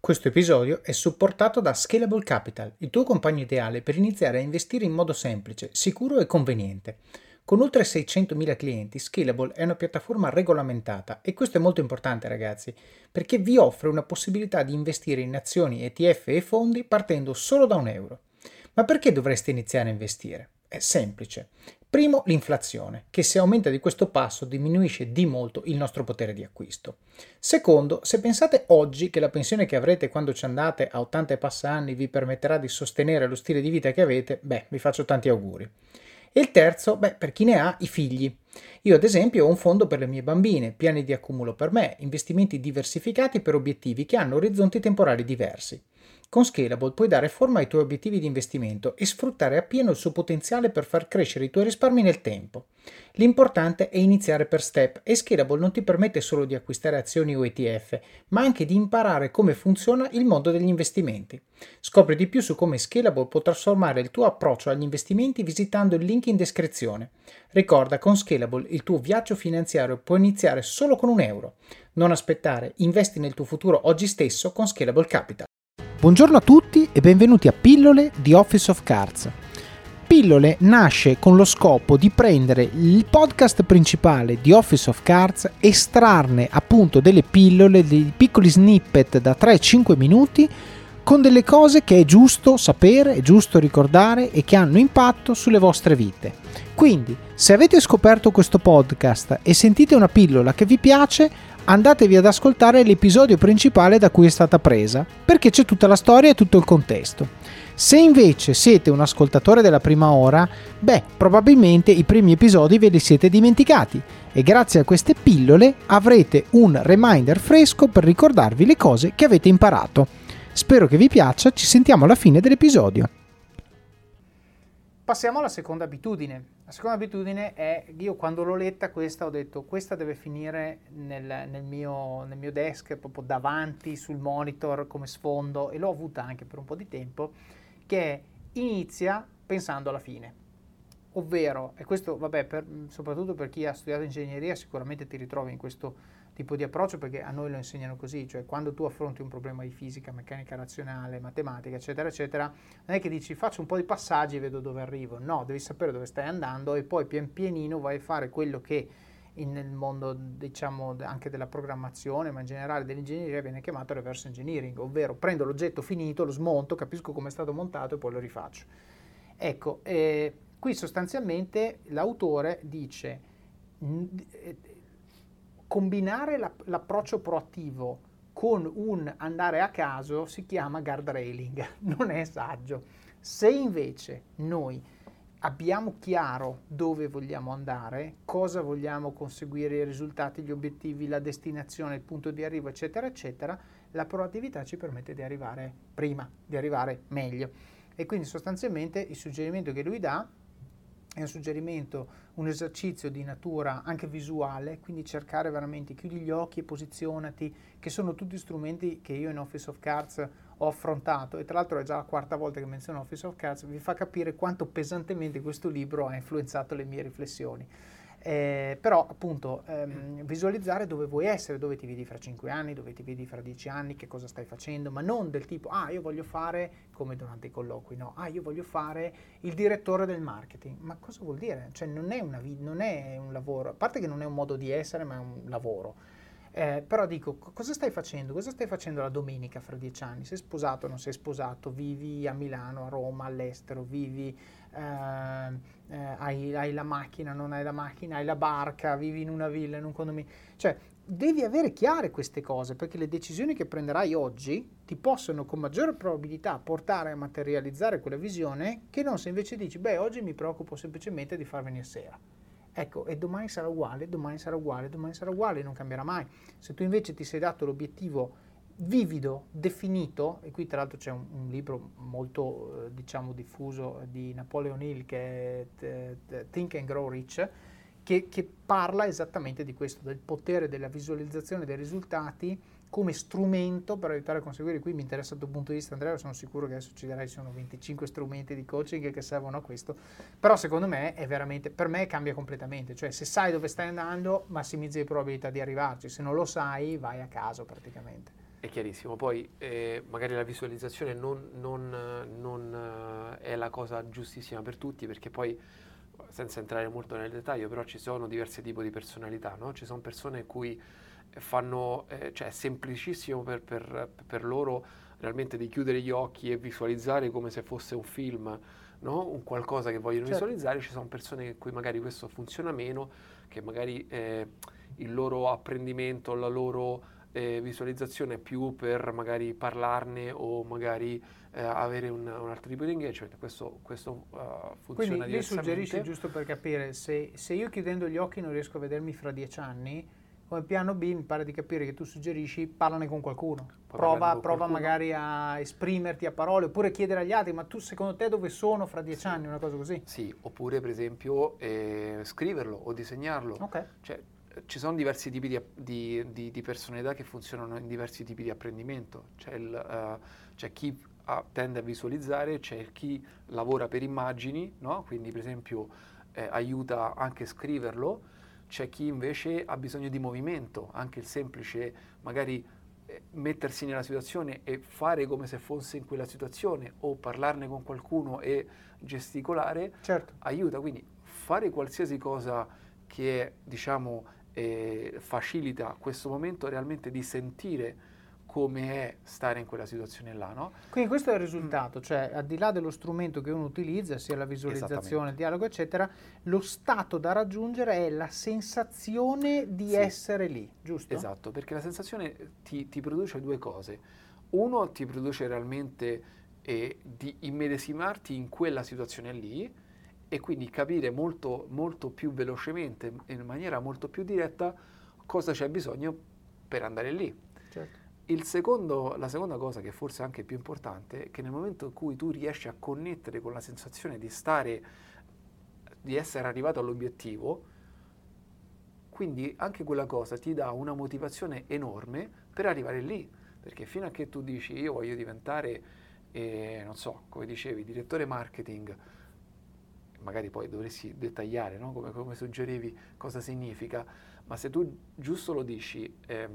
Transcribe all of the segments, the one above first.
Questo episodio è supportato da Scalable Capital, il tuo compagno ideale per iniziare a investire in modo semplice, sicuro e conveniente. Con oltre 600.000 clienti, Scalable è una piattaforma regolamentata e questo è molto importante, ragazzi, perché vi offre una possibilità di investire in azioni, ETF e fondi partendo solo da €1. Ma perché dovreste iniziare a investire? È semplice. Primo, l'inflazione, che se aumenta di questo passo diminuisce di molto il nostro potere di acquisto. Secondo, se pensate oggi che la pensione che avrete quando ci andate a 80 e passa anni vi permetterà di sostenere lo stile di vita che avete, vi faccio tanti auguri. E il terzo, per chi ne ha, i figli. Io ad esempio ho un fondo per le mie bambine, piani di accumulo per me, investimenti diversificati per obiettivi che hanno orizzonti temporali diversi. Con Scalable puoi dare forma ai tuoi obiettivi di investimento e sfruttare appieno il suo potenziale per far crescere i tuoi risparmi nel tempo. L'importante è iniziare per step e Scalable non ti permette solo di acquistare azioni o ETF, ma anche di imparare come funziona il mondo degli investimenti. Scopri di più su come Scalable può trasformare il tuo approccio agli investimenti visitando il link in descrizione. Ricorda, con Scalable il tuo viaggio finanziario può iniziare solo con €1. Non aspettare, investi nel tuo futuro oggi stesso con Scalable Capital. Buongiorno a tutti e benvenuti a Pillole di Office of Cards. Pillole nasce con lo scopo di prendere il podcast principale di Office of Cards, estrarne appunto delle pillole, dei piccoli snippet da 3-5 minuti con delle cose che è giusto sapere, è giusto ricordare e che hanno impatto sulle vostre vite. Quindi, se avete scoperto questo podcast e sentite una pillola che vi piace, andatevi ad ascoltare l'episodio principale da cui è stata presa, perché c'è tutta la storia e tutto il contesto. Se invece siete un ascoltatore della prima ora, probabilmente i primi episodi ve li siete dimenticati e grazie a queste pillole avrete un reminder fresco per ricordarvi le cose che avete imparato. Spero che vi piaccia, ci sentiamo alla fine dell'episodio. Passiamo alla seconda abitudine. La seconda abitudine è, io quando l'ho letta questa ho detto questa deve finire nel mio desk, proprio davanti sul monitor come sfondo, e l'ho avuta anche per un po' di tempo, che è inizia pensando alla fine. Ovvero, e questo soprattutto per chi ha studiato ingegneria sicuramente ti ritrovi in questo tipo di approccio, perché a noi lo insegnano così, cioè quando tu affronti un problema di fisica, meccanica razionale, matematica, eccetera, eccetera, non è che dici faccio un po' di passaggi e vedo dove arrivo. No, devi sapere dove stai andando e poi pian pianino vai a fare quello che nel mondo, diciamo, anche della programmazione, ma in generale dell'ingegneria, viene chiamato reverse engineering, ovvero prendo l'oggetto finito, lo smonto, capisco come è stato montato e poi lo rifaccio. Ecco, qui sostanzialmente l'autore dice combinare l'approccio proattivo con un andare a caso si chiama guardrailing, non è saggio. Se invece noi abbiamo chiaro dove vogliamo andare, cosa vogliamo conseguire, i risultati, gli obiettivi, la destinazione, il punto di arrivo, eccetera, eccetera, la proattività ci permette di arrivare prima, di arrivare meglio. E quindi sostanzialmente il suggerimento che lui dà è un suggerimento, un esercizio di natura anche visuale, quindi cercare veramente, chiudi gli occhi e posizionati, che sono tutti strumenti che io in Office of Cards ho affrontato, e tra l'altro è già la quarta volta che menziono Office of Cards, vi fa capire quanto pesantemente questo libro ha influenzato le mie riflessioni. Però appunto visualizzare dove vuoi essere, dove ti vedi fra 5 anni, dove ti vedi fra 10 anni, che cosa stai facendo, ma non del tipo io voglio fare, come durante i colloqui, no, io voglio fare il direttore del marketing. Ma cosa vuol dire? Cioè non è un lavoro, a parte che non è un modo di essere, ma è un lavoro. Però dico, cosa stai facendo? Cosa stai facendo la domenica fra 10 anni? Sei sposato o non sei sposato? Vivi a Milano, a Roma, all'estero? Vivi, hai la macchina, non hai la macchina? Hai la barca? Vivi in una villa, in un condominio? Cioè, devi avere chiare queste cose, perché le decisioni che prenderai oggi ti possono con maggiore probabilità portare a materializzare quella visione, che non se invece dici, oggi mi preoccupo semplicemente di far venire sera. Ecco, e domani sarà uguale, domani sarà uguale, domani sarà uguale, non cambierà mai. Se tu invece ti sei dato l'obiettivo vivido, definito, e qui tra l'altro c'è un libro molto diffuso di Napoleon Hill che è Think and Grow Rich, che parla esattamente di questo, del potere della visualizzazione dei risultati come strumento per aiutare a conseguire. Qui mi interessa il tuo punto di vista, Andrea, sono sicuro che adesso ci darai, sono 25 strumenti di coaching che servono a questo, però secondo me è veramente, per me cambia completamente, cioè se sai dove stai andando massimizzi le probabilità di arrivarci, se non lo sai vai a caso praticamente. è chiarissimo. Poi magari la visualizzazione non è la cosa giustissima per tutti, perché poi, senza entrare molto nel dettaglio, però ci sono diversi tipi di personalità, no? Ci sono persone cui fanno, cioè è semplicissimo per loro realmente di chiudere gli occhi e visualizzare come se fosse un film, no? Un qualcosa che vogliono visualizzare. Ci sono persone in cui magari questo funziona meno, che magari il loro apprendimento, la loro visualizzazione è più per magari parlarne o magari avere un altro tipo di engagement. Questo funziona quindi diversamente. Quindi suggerisci, giusto per capire, se io chiudendo gli occhi non riesco a vedermi fra 10 anni, come piano B mi pare di capire che tu suggerisci parlane con qualcuno, prova magari a esprimerti a parole, oppure chiedere agli altri, ma tu secondo te dove sono fra 10 anni, una cosa così? Sì, oppure per esempio scriverlo o disegnarlo. Ok. Cioè, ci sono diversi tipi di personalità che funzionano in diversi tipi di apprendimento. C'è chi tende a visualizzare, c'è chi lavora per immagini, no? Quindi per esempio aiuta anche a scriverlo. C'è chi invece ha bisogno di movimento, anche il semplice magari mettersi nella situazione e fare come se fosse in quella situazione, o parlarne con qualcuno e gesticolare, aiuta. Quindi fare qualsiasi cosa che diciamo facilita questo momento realmente di sentire come è stare in quella situazione là, no? Quindi questo è il risultato, cioè al di là dello strumento che uno utilizza, sia la visualizzazione, il dialogo eccetera, lo stato da raggiungere è la sensazione di essere lì, giusto? Esatto, perché la sensazione ti produce due cose. Uno, ti produce realmente di immedesimarti in quella situazione lì e quindi capire molto, molto più velocemente, in maniera molto più diretta, cosa c'è bisogno per andare lì. Certo. La seconda cosa, che forse è anche più importante, è che nel momento in cui tu riesci a connettere con la sensazione di essere arrivato all'obiettivo, quindi anche quella cosa ti dà una motivazione enorme per arrivare lì, perché fino a che tu dici io voglio diventare, non so, come dicevi, direttore marketing, magari poi dovresti dettagliare, no? come suggerivi cosa significa, ma se tu giusto lo dici,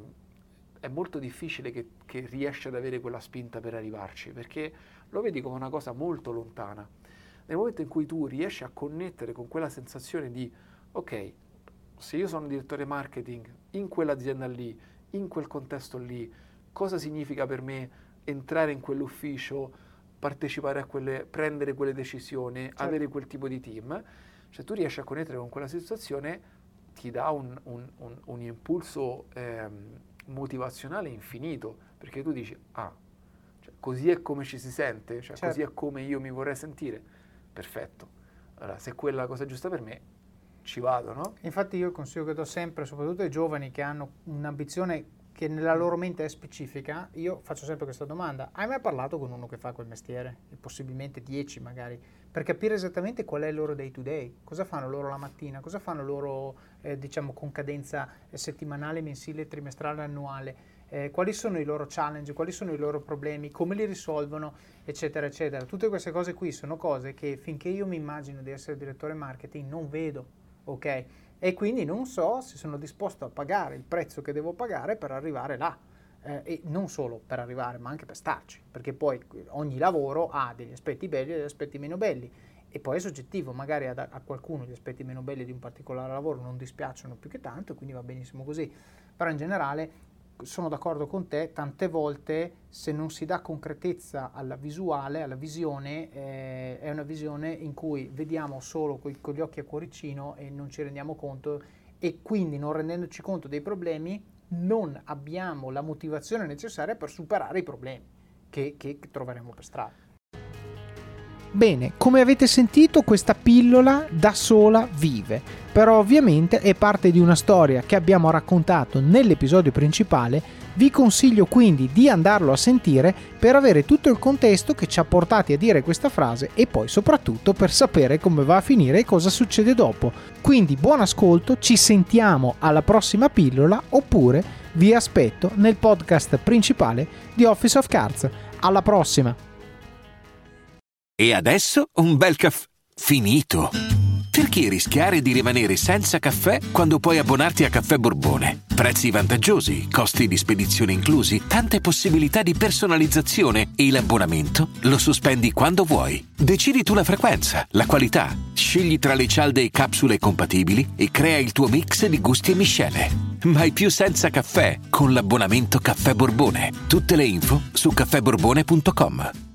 è molto difficile che riesci ad avere quella spinta per arrivarci, perché lo vedi come una cosa molto lontana. Nel momento in cui tu riesci a connettere con quella sensazione di ok, se io sono direttore marketing in quell'azienda lì, in quel contesto lì, cosa significa per me entrare in quell'ufficio, partecipare a prendere quelle decisioni, avere quel tipo di team, cioè tu riesci a connettere con quella situazione, ti dà un impulso motivazionale infinito, perché tu dici cioè, così è come ci si sente, cioè così è come io mi vorrei sentire, perfetto, allora se quella cosa è giusta per me ci vado, no? Infatti io il consiglio che do sempre, soprattutto ai giovani che hanno un'ambizione che nella loro mente è specifica, io faccio sempre questa domanda: hai mai parlato con uno che fa quel mestiere? E possibilmente 10 magari, per capire esattamente qual è il loro day to day, cosa fanno loro la mattina, cosa fanno loro diciamo con cadenza settimanale, mensile, trimestrale, annuale, quali sono i loro challenge, quali sono i loro problemi, come li risolvono, eccetera eccetera. Tutte queste cose qui sono cose che finché io mi immagino di essere direttore marketing non vedo, ok? E quindi non so se sono disposto a pagare il prezzo che devo pagare per arrivare là, e non solo per arrivare ma anche per starci, perché poi ogni lavoro ha degli aspetti belli e degli aspetti meno belli, e poi è soggettivo, magari a qualcuno gli aspetti meno belli di un particolare lavoro non dispiacciono più che tanto, quindi va benissimo così, però in generale sono d'accordo con te, tante volte se non si dà concretezza alla visuale, alla visione, è una visione in cui vediamo solo con gli occhi a cuoricino e non ci rendiamo conto, e quindi non rendendoci conto dei problemi non abbiamo la motivazione necessaria per superare i problemi che troveremo per strada. Bene, come avete sentito, questa pillola da sola vive, però ovviamente è parte di una storia che abbiamo raccontato nell'episodio principale. Vi consiglio quindi di andarlo a sentire per avere tutto il contesto che ci ha portati a dire questa frase e poi soprattutto per sapere come va a finire e cosa succede dopo. Quindi buon ascolto, ci sentiamo alla prossima pillola, oppure vi aspetto nel podcast principale di Office of Cards. Alla prossima! E adesso un bel caffè finito. Perché rischiare di rimanere senza caffè quando puoi abbonarti a Caffè Borbone? Prezzi vantaggiosi, costi di spedizione inclusi, tante possibilità di personalizzazione e l'abbonamento lo sospendi quando vuoi. Decidi tu la frequenza, la qualità, scegli tra le cialde e capsule compatibili e crea il tuo mix di gusti e miscele. Mai più senza caffè con l'abbonamento Caffè Borbone. Tutte le info su caffèborbone.com.